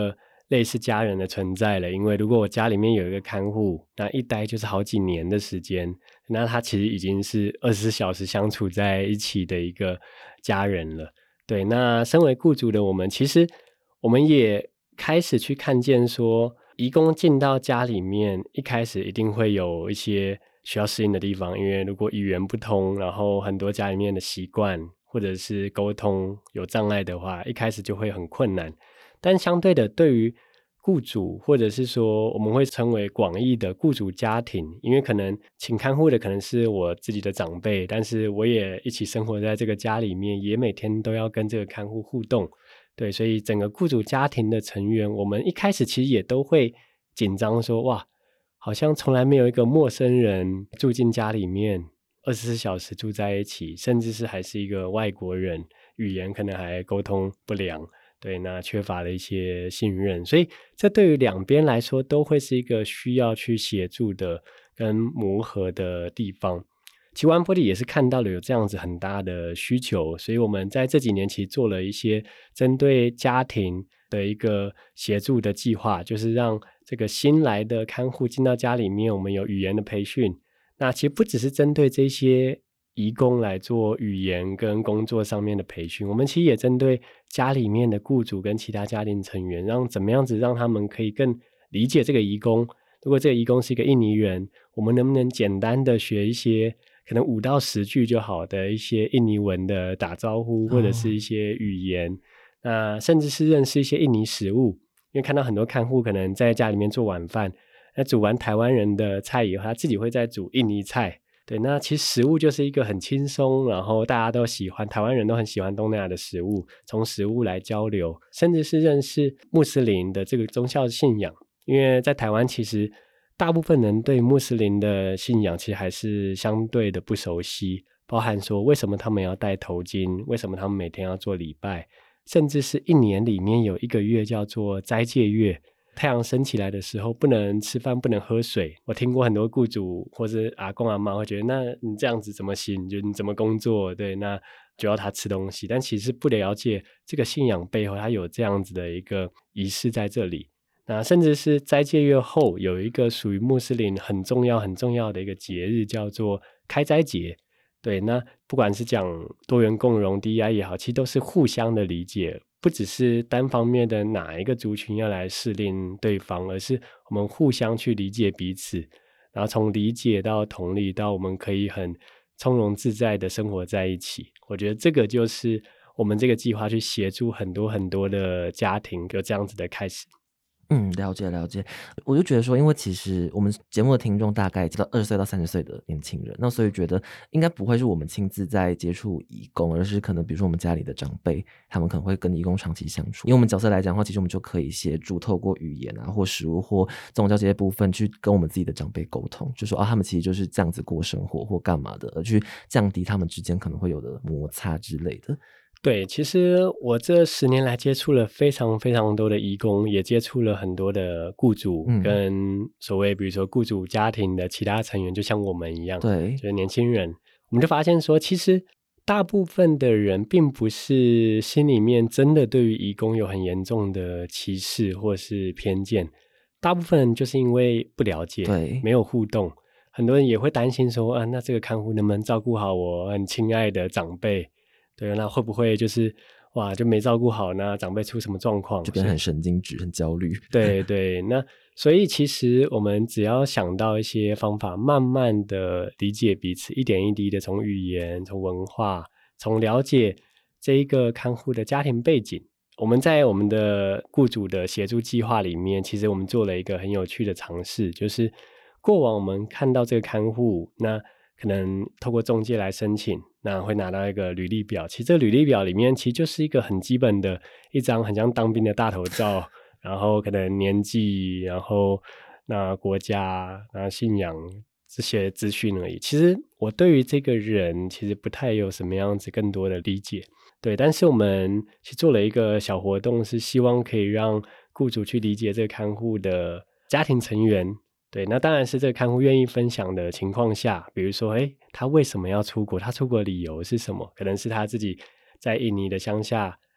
类似家人的存在了。因为如果我家里面有一个看护，那一待就是好几年的时间，那他其实已经是二十四小时相处在一起的一个家人了。对，那身为雇主的我们，其实我们也开始去看见说，移工进到家里面，一开始一定会有一些需要适应的地方，因为如果语言不通，然后很多家里面的习惯或者是沟通有障碍的话，一开始就会很困难。但相对的，对于雇主或者是说我们会称为广义的雇主家庭，因为可能请看护的可能是我自己的长辈，但是我也一起生活在这个家里面，也每天都要跟这个看护互动。对，所以整个雇主家庭的成员，我们一开始其实也都会紧张说，哇，好像从来没有一个陌生人住进家里面二十四小时住在一起，甚至是还是一个外国人，语言可能还沟通不良。对，那缺乏了一些信任，所以这对于两边来说都会是一个需要去协助的跟磨合的地方。其实湾波利也是看到了有这样子很大的需求，所以我们在这几年其实做了一些针对家庭的一个协助的计划，就是让这个新来的看护进到家里面，我们有语言的培训。那其实不只是针对这些移工来做语言跟工作上面的培训，我们其实也针对家里面的雇主跟其他家庭成员，让怎么样子让他们可以更理解这个移工。如果这个移工是一个印尼人，我们能不能简单的学一些可能五到十句就好的一些印尼文的打招呼，或者是一些语言，那、呃、甚至是认识一些印尼食物。因为看到很多看护可能在家里面做晚饭，那煮完台湾人的菜以后，他自己会再煮印尼菜。对，那其实食物就是一个很轻松，然后大家都喜欢，台湾人都很喜欢东南亚的食物，从食物来交流，甚至是认识穆斯林的这个宗教信仰。因为在台湾其实大部分人对穆斯林的信仰其实还是相对的不熟悉，包含说为什么他们要戴头巾，为什么他们每天要做礼拜，甚至是一年里面有一个月叫做斋戒月，太阳升起来的时候不能吃饭不能喝水。我听过很多雇主或是阿公阿嬷会觉得，那你这样子怎么行，就你怎么工作，对，那就要他吃东西，但其实不了解这个信仰背后它有这样子的一个仪式在这里。那甚至是斋戒月后有一个属于穆斯林很重要很重要的一个节日叫做开斋节。对，那不管是讲多元共融 D E I 也好，其实都是互相的理解，不只是单方面的哪一个族群要来适应对方，而是我们互相去理解彼此，然后从理解到同理到我们可以很从容自在的生活在一起。我觉得这个就是我们这个计划去协助很多很多的家庭有这样子的开始。 嗯，了解了解。我就觉得说，因为其实我们节目的听众大概到二十岁到三十岁的年轻人，那所以觉得应该不会是我们亲自在接触移工，而是可能比如说我们家里的长辈，他们可能会跟移工长期相处。因为我们角色来讲的话，其实我们就可以协助透过语言啊，或食物或宗教这些部分去跟我们自己的长辈沟通，就说啊，他们其实就是这样子过生活或干嘛的，而去降低他们之间可能会有的摩擦之类的。 对，其实我这十年来接触了非常非常多的移工，也接触了很多的雇主跟所谓比如说雇主家庭的其他成员，就像我们一样， 对， 就是年轻人，我们就发现说，其实大部分的人并不是心里面真的对于移工有很严重的歧视或是偏见，大部分人就是因为不了解， 对， 没有互动。很多人也会担心说，啊，那这个看护能不能照顾好我很亲爱的长辈？对，那会不会就是哇就没照顾好，那长辈出什么状况， 就变得很神经质很焦虑。 对对，那所以其实我们只要想到一些方法，慢慢的理解彼此，一点一滴的从语言从文化从了解这一个看护的家庭背景。我们在我们的雇主的协助计划里面，其实我们做了一个很有趣的尝试，就是过往我们看到这个看护，那可能透过中介来申请，那会拿到一个履历表。其实这个履历表里面其实就是一个很基本的一张很像当兵的大头照，然后可能年纪，然后那国家，然后信仰这些资讯而已。其实我对于这个人其实不太有什么样子更多的理解。对，但是我们去做了一个小活动，是希望可以让雇主去理解这个看护的家庭成员。对，那当然是这个看护愿意分享的情况下，比如说诶他为什么要出国，他出国的理由是什么，可能是他自己在印尼的乡下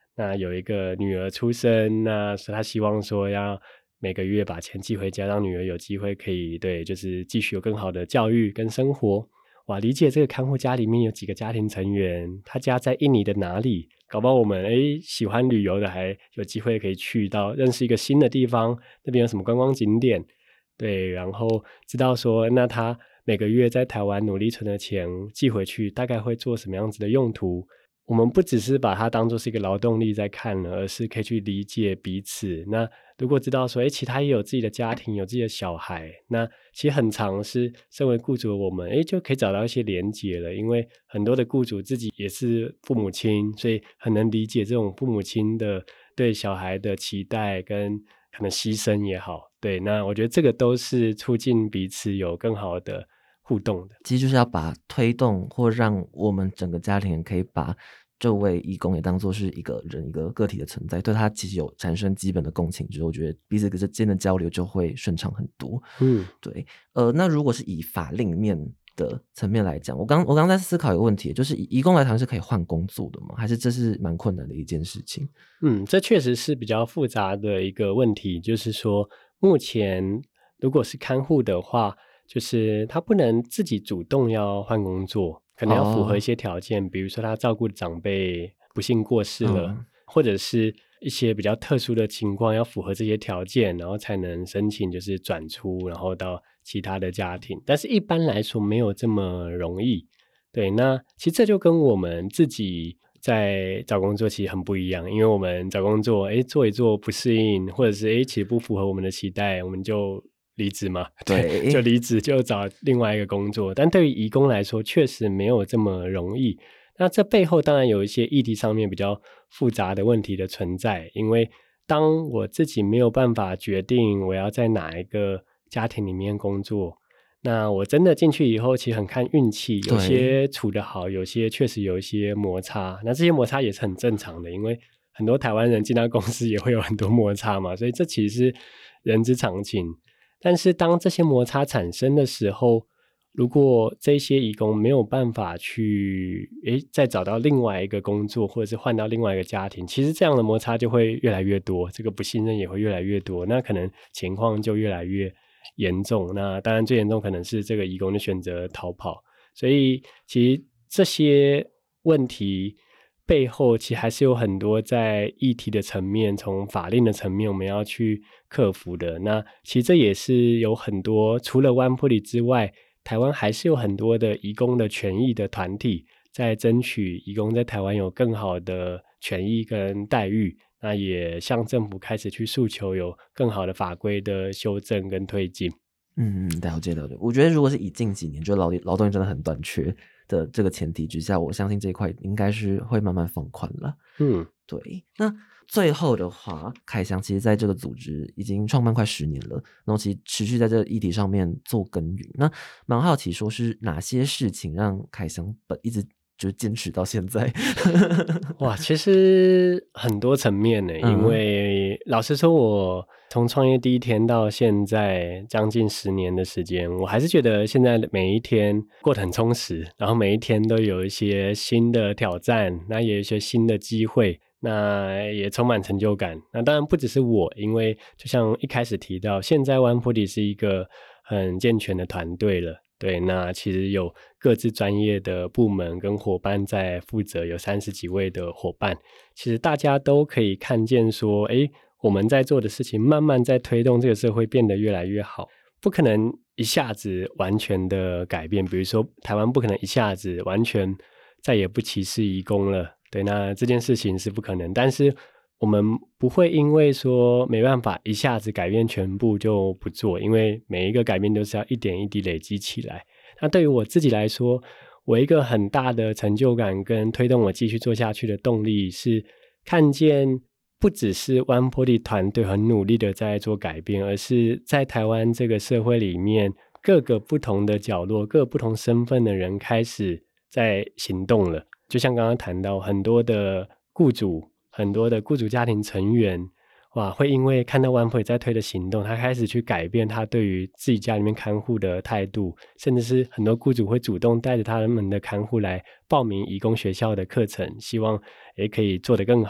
那有一个女儿出生，那是他希望说要每个月把钱寄回家，让女儿有机会可以对，就是继续有更好的教育跟生活。哇，理解这个看护家里面有几个家庭成员，他家在印尼的哪里，搞不好我们诶喜欢旅游的还有机会可以去到认识一个新的地方，那边有什么观光景点，对，然后知道说那他每个月在台湾努力存的钱寄回去大概会做什么样子的用途。我们不只是把它当作是一个劳动力在看了，而是可以去理解彼此。那如果知道说，诶，其他也有自己的家庭，有自己的小孩，那其实很常是身为雇主的我们，诶，就可以找到一些连结了。因为很多的雇主自己也是父母亲，所以很能理解这种父母亲的对小孩的期待跟可能牺牲也好。对，那我觉得这个都是促进彼此有更好的互动的。 其实就是要把推动或让我们整个家庭可以把这位义工也当作是一个人一个个体的存在，对他其实有产生基本的共情之后，我觉得彼此之间的交流就会顺畅很多。 嗯， 对，呃，那如果是以法令面的层面来讲，我刚我刚在思考一个问题，就是移工来台湾是可以换工作的吗？还是这是蛮困难的一件事情？ 嗯，这确实是比较复杂的一个问题，就是说目前如果是看护的话，就是他不能自己主动要换工作，可能要符合一些条件，哦，比如说他照顾的长辈不幸过世了，嗯，或者是一些比较特殊的情况要符合这些条件，然后才能申请就是转出，然后到其他的家庭。但是一般来说没有这么容易。对，那其实这就跟我们自己在找工作其实很不一样，因为我们找工作，诶，做一做不适应，或者是诶其实不符合我们的期待，我们就离职嘛，对，就离职就找另外一个工作。但对于移工来说确实没有这么容易。那这背后当然有一些议题上面比较复杂的问题的存在，因为当我自己没有办法决定我要在哪一个家庭里面工作，那我真的进去以后其实很看运气，有些处得好，有些确实有一些摩擦，那这些摩擦也是很正常的，因为很多台湾人进到公司也会有很多摩擦嘛，所以这其实是人之常情。但是当这些摩擦产生的时候，如果这些移工没有办法去诶再找到另外一个工作，或者是换到另外一个家庭，其实这样的摩擦就会越来越多，这个不信任也会越来越多，那可能情况就越来越严重。那当然最严重可能是这个移工就选择逃跑。所以其实这些问题背后其实还是有很多在议题的层面，从法令的层面我们要去克服的。那其实这也是有很多除了湾埔里之外，台湾还是有很多的移工的权益的团体在争取移工在台湾有更好的权益跟待遇，那也向政府开始去诉求有更好的法规的修正跟推进。 嗯，了解了解。我觉得如果是以近几年就劳劳动力真的很短缺的这个前提之下，我相信这一块应该是会慢慢放宽了。 嗯， 对。那最后的话，凯翔其实在这个组织已经创办快十年了，然后其实持续在这个议题上面做耕耘。那蛮好奇说是哪些事情让凯翔本一直就坚持到现在？ 哇，其实很多层面呢，因为老实说我从创业第一天到现在将近十年的时间，我还是觉得现在每一天过得很充实，然后每一天都有一些新的挑战，那也有一些新的机会，那也充满成就感。那当然不只是我，因为就像一开始提到，现在湾埔里是一个很健全的团队了。对，那其实有各自专业的部门跟伙伴在负责，有三十几位的伙伴，其实大家都可以看见说，诶，我们在做的事情慢慢在推动这个社会变得越来越好。不可能一下子完全的改变，比如说台湾不可能一下子完全再也不歧视移工了，对，那这件事情是不可能。但是我们不会因为说没办法一下子改变全部就不做，因为每一个改变都是要一点一滴累积起来。那对于我自己来说，我一个很大的成就感跟推动我继续做下去的动力是看见不只是湾埔里团队很努力的在做改变，而是在台湾这个社会里面各个不同的角落，各个不同身份的人开始在行动了。就像刚刚谈到很多的雇主，很多的雇主家庭成员，哇，会因为看到湾埔里在推的行动，他开始去改变他对于自己家里面看护的态度，甚至是很多雇主会主动带着他们的看护来报名移工学校的课程，希望也可以做得更好。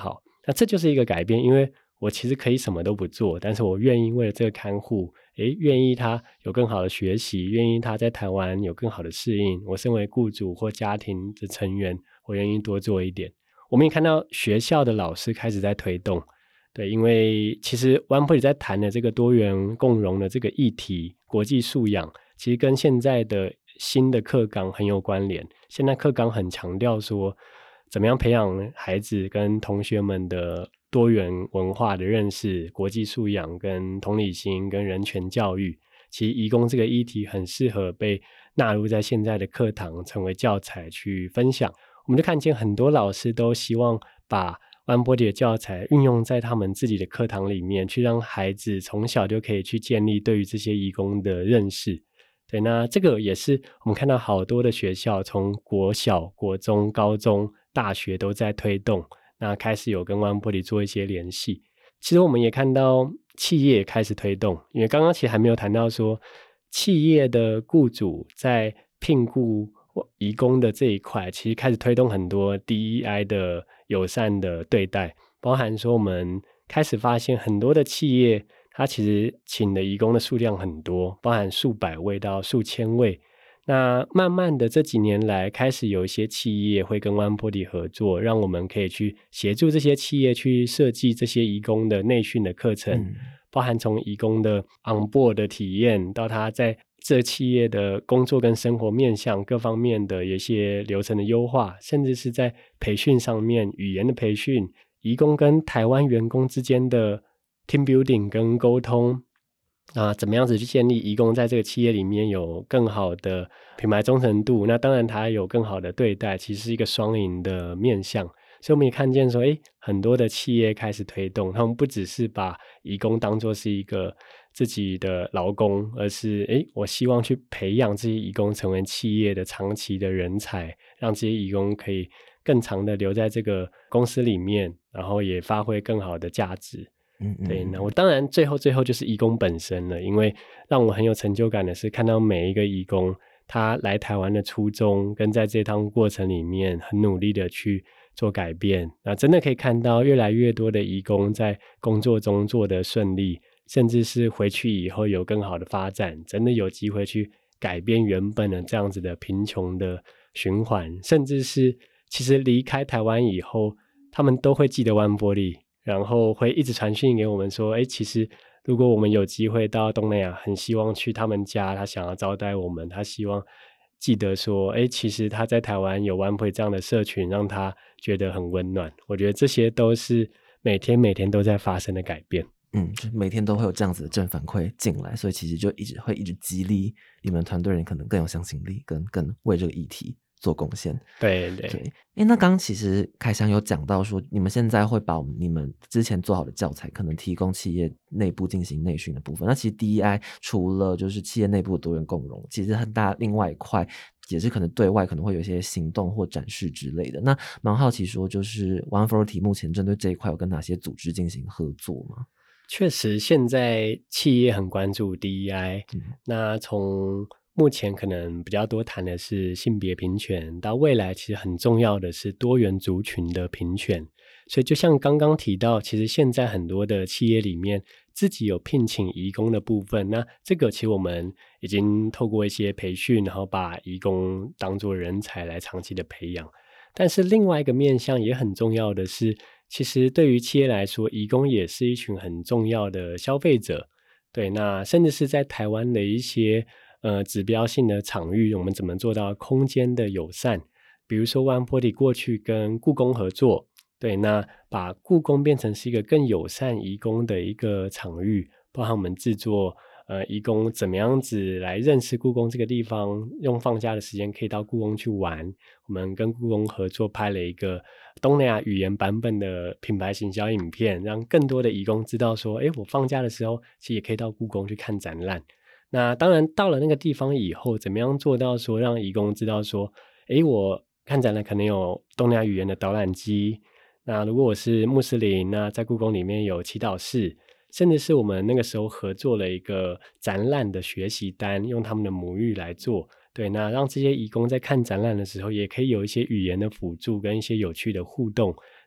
那这就是一个改变，因为我其实可以什么都不做，但是我愿意为了这个看护，诶，愿意他有更好的学习，愿意他在台湾有更好的适应，我身为雇主或家庭的成员，我愿意多做一点。我们也看到学校的老师开始在推动，对，因为其实湾坡里在谈的这个多元共融的这个议题，国际素养，其实跟现在的新的课纲很有关联。现在课纲很强调说，怎么样培养孩子跟同学们的多元文化的认识、国际素养跟同理心跟人权教育。其实移工这个议题很适合被纳入在现在的课堂，成为教材去分享。我们就看见很多老师都希望把湾坡里的教材运用在他们自己的课堂里面，去让孩子从小就可以去建立对于这些移工的认识。对，那这个也是我们看到好多的学校，从国小、国中、高中、大学都在推动，那开始有跟湾坡里做一些联系。其实我们也看到企业开始推动，因为刚刚其实还没有谈到说，企业的雇主在聘雇移工的这一块，其实开始推动很多 D E I 的友善的对待，包含说我们开始发现很多的企业，它其实请的移工的数量很多，包含数百位到数千位。那慢慢的这几年来，开始有一些企业会跟湾坡里合作，让我们可以去协助这些企业去设计这些移工的内训的课程，嗯、包含从移工的 on board 的体验，到他在这企业的工作跟生活面向各方面的一些流程的优化，甚至是在培训上面，语言的培训，移工跟台湾员工之间的 team building 跟沟通啊，怎么样子去建立移工在这个企业里面有更好的品牌忠诚度，那当然他有更好的对待，其实是一个双赢的面向。所以我们也看见说，诶，很多的企业开始推动，他们不只是把移工当作是一个自己的劳工，而是诶，我希望去培养这些移工成为企业的长期的人才，让这些移工可以更长的留在这个公司里面，然后也发挥更好的价值。 嗯嗯， 对，那我当然最后最后就是移工本身了，因为让我很有成就感的是看到每一个移工他来台湾的初衷，跟在这趟过程里面很努力的去做改变，那真的可以看到越来越多的移工在工作中做得顺利，甚至是回去以后有更好的发展，真的有机会去改变原本的这样子的贫穷的循环，甚至是其实离开台湾以后，他们都会记得湾坡里，然后会一直传讯给我们说，诶，其实如果我们有机会到东南亚，很希望去他们家，他想要招待我们，他希望记得说，诶，其实他在台湾有湾坡这样的社群，让他觉得很温暖。我觉得这些都是每天每天都在发生的改变。 嗯，就每天都会有这样子的正反馈进来，所以其实就一直会一直激励你们团队人可能更有向心力，跟更为这个议题做贡献。 对对对，诶，那刚刚其实凯翔有讲到说，你们现在会把你们之前做好的教材可能提供企业内部进行内训的部分。那其实 D E I 除了就是企业内部的多元共融，其实很大另外一块也是可能对外可能会有一些行动或展示之类的。那蛮好奇说，就是 One Forty 目前针对这一块有跟哪些组织进行合作吗？ 确实现在企业很关注 D E I、嗯、那从目前可能比较多谈的是性别平权，到未来其实很重要的是多元族群的平权。所以就像刚刚提到，其实现在很多的企业里面自己有聘请移工的部分，那这个其实我们已经透过一些培训，然后把移工当作人才来长期的培养。但是另外一个面向也很重要的是，其实对于企业来说，移工也是一群很重要的消费者。对，那甚至是在台湾的一些呃指标性的场域，我们怎么做到空间的友善？比如说湾坡里过去跟故宫合作，对，那把故宫变成是一个更友善移工的一个场域，包含我们制作呃移工怎么样子来认识故宫这个地方，用放假的时间可以到故宫去玩。我们跟故宫合作拍了一个东南亚语言版本的品牌行销影片，让更多的移工知道说，诶，我放假的时候其实也可以到故宫去看展览。那当然到了那个地方以后，怎么样做到说让移工知道说，诶，我看展览可能有东南亚语言的导览机，那如果我是穆斯林，那在故宫里面有祈祷室，甚至是我们那个时候合作了一个展览的学习单，用他们的母语来做。对，那让这些移工在看展览的时候，也可以有一些语言的辅助跟一些有趣的互动，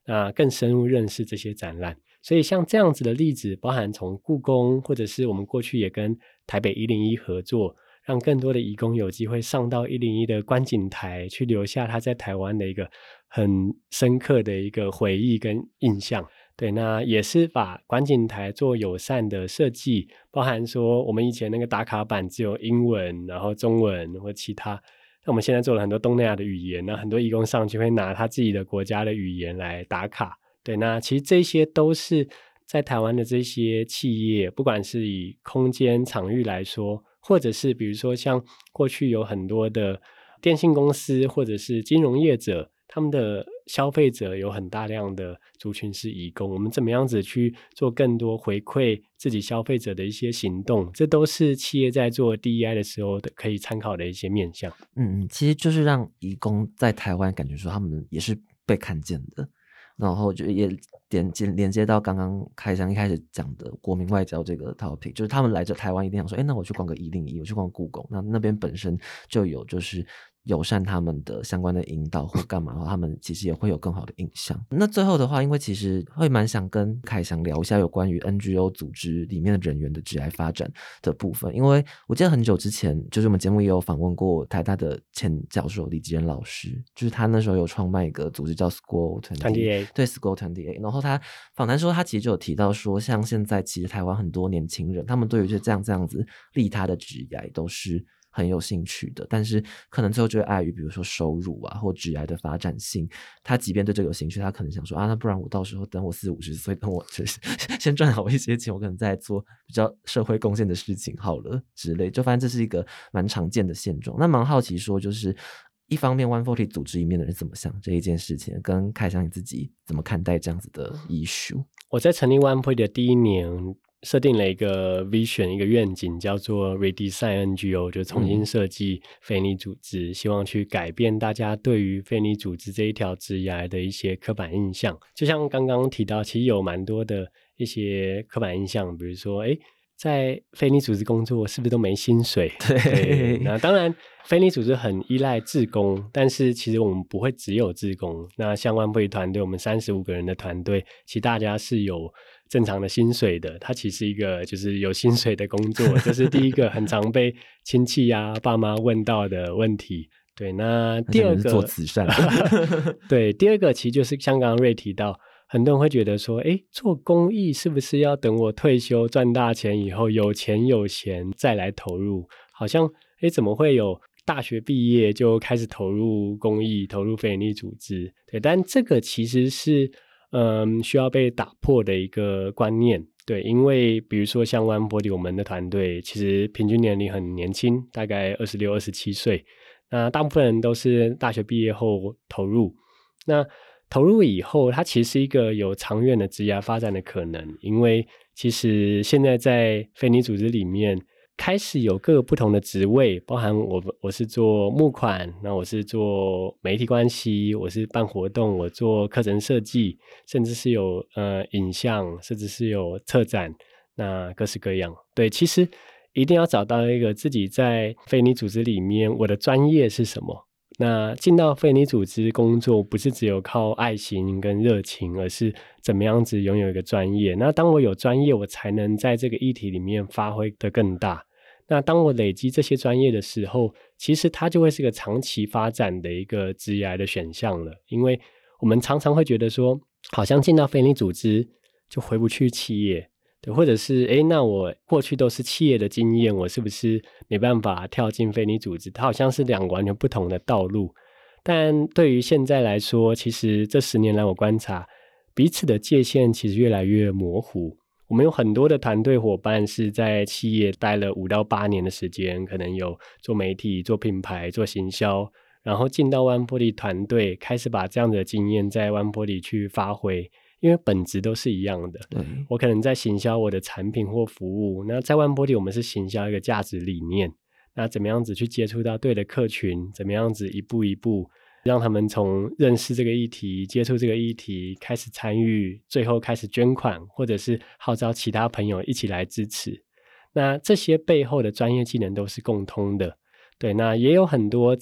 那更深入认识这些展览。所以像这样子的例子，包含从故宫，或者是我们过去也跟台北一零一合作，让更多的移工有机会上到一零一的观景台，去留下他在台湾的一个很深刻的一个回忆跟印象。对，那也是把观景台做友善的设计，包含说我们以前那个打卡板只有英文，然后中文或其他，那我们现在做了很多东南亚的语言，那很多移工上去会拿他自己的国家的语言来打卡。对，那其实这些都是在台湾的这些企业，不管是以空间场域来说，或者是比如说像过去有很多的电信公司或者是金融业者，他们的消费者有很大量的族群是移工，我们怎么样子去做更多回馈自己消费者的一些行动，这都是企业在做 D E I 的时候的可以参考的一些面向。 嗯，其实就是让移工在台湾感觉说他们也是被看见的，然后就也连接连接到刚刚开箱一开始讲的国民外交这个 topic， 就是他们来这台湾一定想说，哎，那我去逛个一零一，我去逛故宫，那那边本身就有就是友善他们的相关的引导或干嘛的话，他们其实也会有更好的印象。那最后的话，因为其实会蛮想跟凯翔聊一下有关于 N G O 组织里面的人员的职业发展的部分，因为我记得很久之前，就是我们节目也有访问过台大的前教授李吉仁老师，就是他那时候有创办一个组织叫 School 二十八， 对 School 二十八， 然后他访谈说他其实就有提到说，像现在其实台湾很多年轻人，他们对于这样这样子利他的职业都是很有兴趣的，但是可能最后就会碍于比如说收入啊或职业的发展性，他即便对这个有兴趣，他可能想说啊，那不然我到时候等我四五十岁，等我就是先赚好一些钱，我可能再做比较社会贡献的事情好了之类，就发现这是一个蛮常见的现状。那蛮好奇说，就是一方面一百四十组织里面的人怎么想这一件事情，跟凯翔你自己怎么看待这样子的 issue？ 我在成立一百四十的第一年设定了一个 vision， 一个愿景，叫做 redesign N G O， 就重新设计非营利组织、嗯、希望去改变大家对于非营利组织这一条职涯的一些刻板印象。就像刚刚提到，其实有蛮多的一些刻板印象，比如说诶在非营利组织工作是不是都没薪水？ 对, 对，那当然非营利组织很依赖志工，但是其实我们不会只有志工。那像万惠团队，我们三十五个人的团队，其实大家是有正常的薪水的，它其实是一个就是有薪水的工作，这是第一个很常被亲戚啊爸妈问到的问题。对，那第二个做慈善对，第二个其实就是像刚刚瑞提到，很多人会觉得说，诶，做公益是不是要等我退休赚大钱以后有钱有闲再来投入？好像诶怎么会有大学毕业就开始投入公益，投入非营利组织？对，但这个其实是嗯需要被打破的一个观念。对，因为比如说像One Body我们的团队其实平均年龄很年轻，大概二十六、二十七岁，那大部分人都是大学毕业后投入。那投入以后，它其实是一个有长远的职业发展的可能，因为其实现在在非营利组织里面开始有各个不同的职位，包含我我是做募款，那我是做媒体关系，我是办活动，我做课程设计，甚至是有呃影像，甚至是有策展，那各式各样。对，其实一定要找到一个自己在非营利组织里面我的专业是什么。那进到非营利组织工作不是只有靠爱心跟热情，而是怎么样子拥有一个专业。那当我有专业，我才能在这个议题里面发挥得更大。那当我累积这些专业的时候，其实它就会是个长期发展的一个职业的选项了。因为我们常常会觉得说，好像进到非营利组织就回不去企业，对，或者是诶那我过去都是企业的经验，我是不是没办法跳进非营利组织？它好像是两个完全不同的道路。但对于现在来说，其实这十年来我观察彼此的界限其实越来越模糊。我们有很多的团队伙伴是在企业待了五到八年的时间，可能有做媒体、做品牌、做行销，然后进到One Body团队，开始把这样的经验在One Body去发挥。因为本质都是一样的， 对， 我可能在行销我的产品或服务，那在One Body我们是行销一个价值理念，那怎么样子去接触到对的客群，怎么样子一步一步让他们从认识这个议题，接触这个议题，开始参与，最后开始捐款，或者是号召其他朋友一起来支持。那这些背后的专业技能都是共通的。对，那也有很多在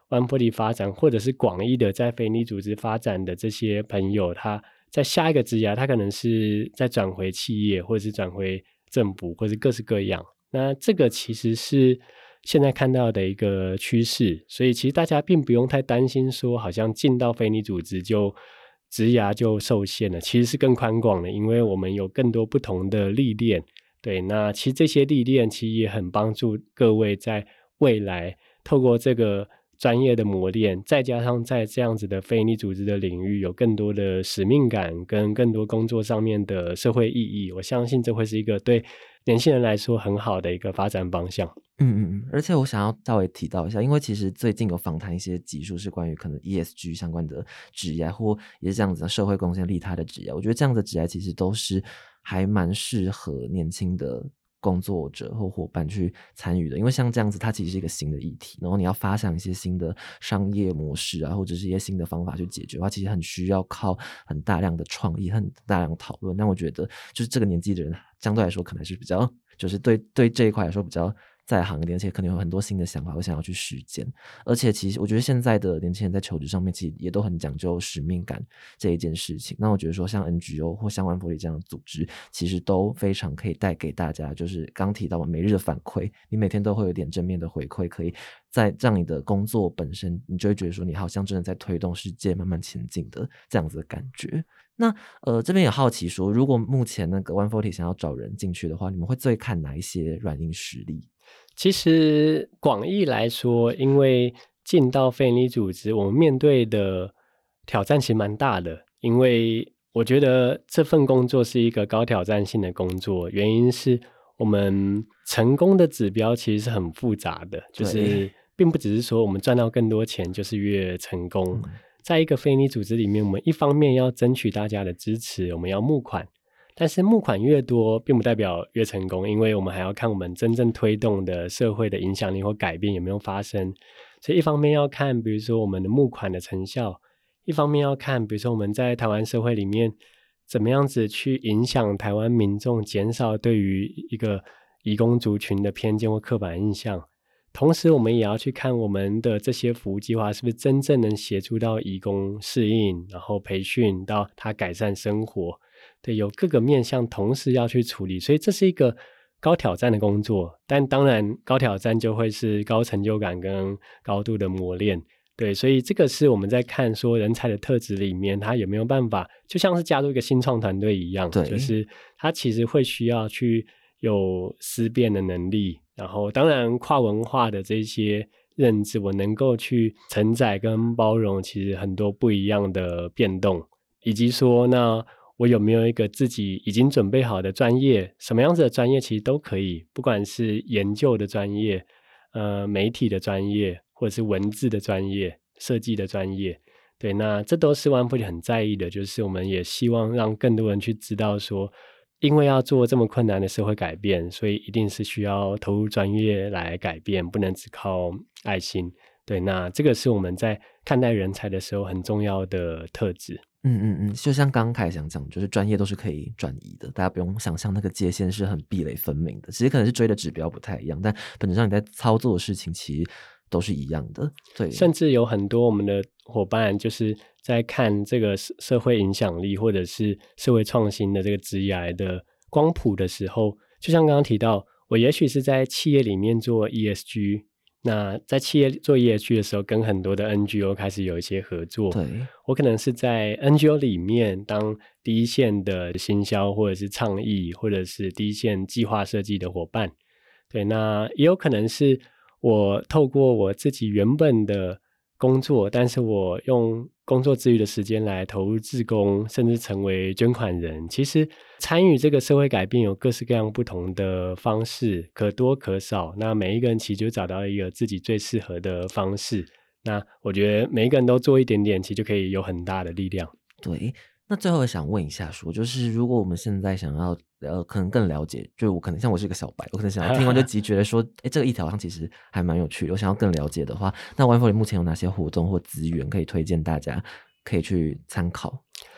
One Forty 发展，或者是广义的在非营利组织发展的这些朋友，他在下一个职涯，他可能是再转回企业，或者是转回政府，或者是各式各样。那这个其实是现在看到的一个趋势，所以其实大家并不用太担心说好像进到非营利组织就职涯就受限了，其实是更宽广的，因为我们有更多不同的历练。对，那其实这些历练其实也很帮助各位在未来透过这个专业的磨练，再加上在这样子的非营利组织的领域有更多的使命感跟更多工作上面的社会意义，我相信这会是一个对年轻人来说很好的一个发展方向。 嗯嗯嗯，而且我想要稍微提到一下，因为其实最近有访谈一些集数是关于可能 E S G 相关的职业，或也是这样子的社会贡献利他的职业，我觉得这样的职业其实都是还蛮适合年轻的工作者或伙伴去参与的，因为像这样子它其实是一个新的议题，然后你要发想一些新的商业模式啊，或者是一些新的方法去解决的话，其实很需要靠很大量的创意，很大量的讨论。但我觉得就是这个年纪的人相对来说可能是比较就是对对这一块来说比较在行一点，而且可能有很多新的想法我想要去实践。而且其实我觉得现在的年轻人在求职上面其实也都很讲究使命感这一件事情，那我觉得说像 N G O 或像One Forty这样的组织其实都非常可以带给大家，就是刚提到我每日的反馈，你每天都会有点正面的回馈，可以在让你的工作本身你就会觉得说你好像真的在推动世界慢慢前进的这样子的感觉。那呃，这边也好奇说，如果目前那个 One Forty 想要找人进去的话，你们会最看哪一些软硬实力？ 其实广义来说，因为进到非营利组织，我们面对的挑战其实蛮大的，因为我觉得这份工作是一个高挑战性的工作，原因是我们成功的指标其实是很复杂的，就是并不只是说我们赚到更多钱就是越成功。嗯，在一个非营利组织里面，我们一方面要争取大家的支持，我们要募款，但是募款越多并不代表越成功，因为我们还要看我们真正推动的社会的影响力或改变有没有发生。所以一方面要看比如说我们的募款的成效，一方面要看比如说我们在台湾社会里面怎么样子去影响台湾民众，减少对于一个移工族群的偏见或刻板印象。同时我们也要去看我们的这些服务计划是不是真正能协助到移工适应，然后培训到他改善生活。对，有各个面向同时要去处理，所以这是一个高挑战的工作，但当然高挑战就会是高成就感跟高度的磨练。对，所以这个是我们在看说人才的特质里面他有没有办法，就像是加入一个新创团队一样，就是他其实会需要去有思辨的能力，然后当然跨文化的这些认知，我能够去承载跟包容其实很多不一样的变动，以及说那我有没有一个自己已经准备好的专业，什么样子的专业其实都可以，不管是研究的专业、呃媒体的专业，或者是文字的专业、设计的专业。对，那这都是One Forty很在意的，就是我们也希望让更多人去知道说，因为要做这么困难的社会改变，所以一定是需要投入专业来改变，不能只靠爱心。对，那这个是我们在看待人才的时候很重要的特质。 嗯嗯嗯，就像刚刚开始想讲，就是专业都是可以转移的，大家不用想象那个界限是很壁垒分明的，其实可能是追的指标不太一样，但本质上你在操作的事情其实都是一样的。对， 甚至有很多我们的伙伴就是在看这个社会影响力或者是社会创新的这个职涯的光谱的时候，就像刚刚提到，我也许是在企业里面做 E S G，那在企业做 E S G 的时候，跟很多的 N G O 开始有一些合作。 对， 我可能是在 N G O 里面当第一线的行销或者是倡议或者是第一线计划设计的伙伴。对，那也有可能是我透过我自己原本的工作，但是我用工作之余的时间来投入志工，甚至成为捐款人。其实参与这个社会改变有各式各样不同的方式，可多可少，那每一个人其实就找到一个自己最适合的方式，那我觉得每一个人都做一点点，其实就可以有很大的力量。 对，那最后想问一下说，就是如果我们现在想要呃，可能更了解，就我可能像我是一个小白，我可能想要听完就即觉得说，哎，这个议题好像其实还蛮有趣的，我想要更了解的话，那One Forty目前有哪些活动或资源可以推荐大家可以去参考？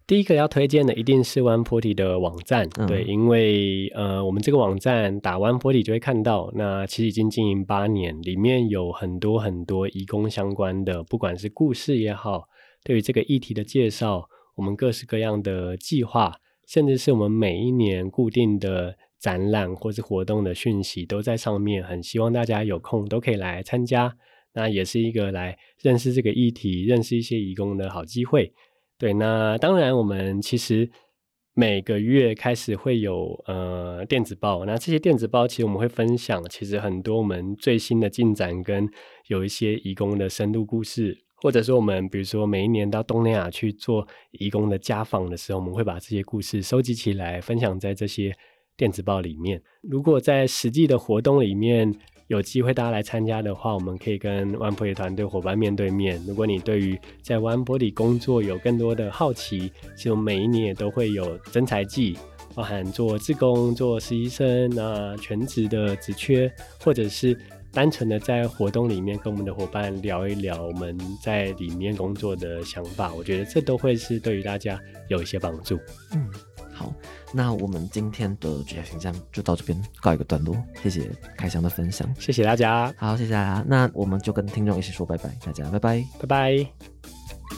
第一个要推荐的一定是One Forty的网站、嗯、对，因为呃，我们这个网站打One Forty就会看到，那其实已经经营八年，里面有很多很多移工相关的，不管是故事也好，对于这个议题的介绍，我们各式各样的计划，甚至是我们每一年固定的展览或是活动的讯息都在上面，很希望大家有空都可以来参加，那也是一个来认识这个议题，认识一些移工的好机会。对，那当然我们其实每个月开始会有呃电子报，那这些电子报其实我们会分享其实很多我们最新的进展，跟有一些移工的深度故事，或者说我们比如说每一年到东南亚去做移工的家访的时候，我们会把这些故事收集起来分享在这些电子报里面。如果在实际的活动里面有机会大家来参加的话，我们可以跟One Forty团队伙伴面对面。如果你对于在One Forty工作有更多的好奇，其实我们每一年也都会有征才季，包含做志工、做实习生、那全职的职缺，或者是单纯的在活动里面跟我们的伙伴聊一聊我们在里面工作的想法，我觉得这都会是对于大家有一些帮助。 嗯，好，那我们今天的职涯形象就到这边告一个段落，谢谢凯翔的分享， 谢谢大家。 好，谢谢大家，那我们就跟听众一起说拜拜，大家拜拜， 拜拜。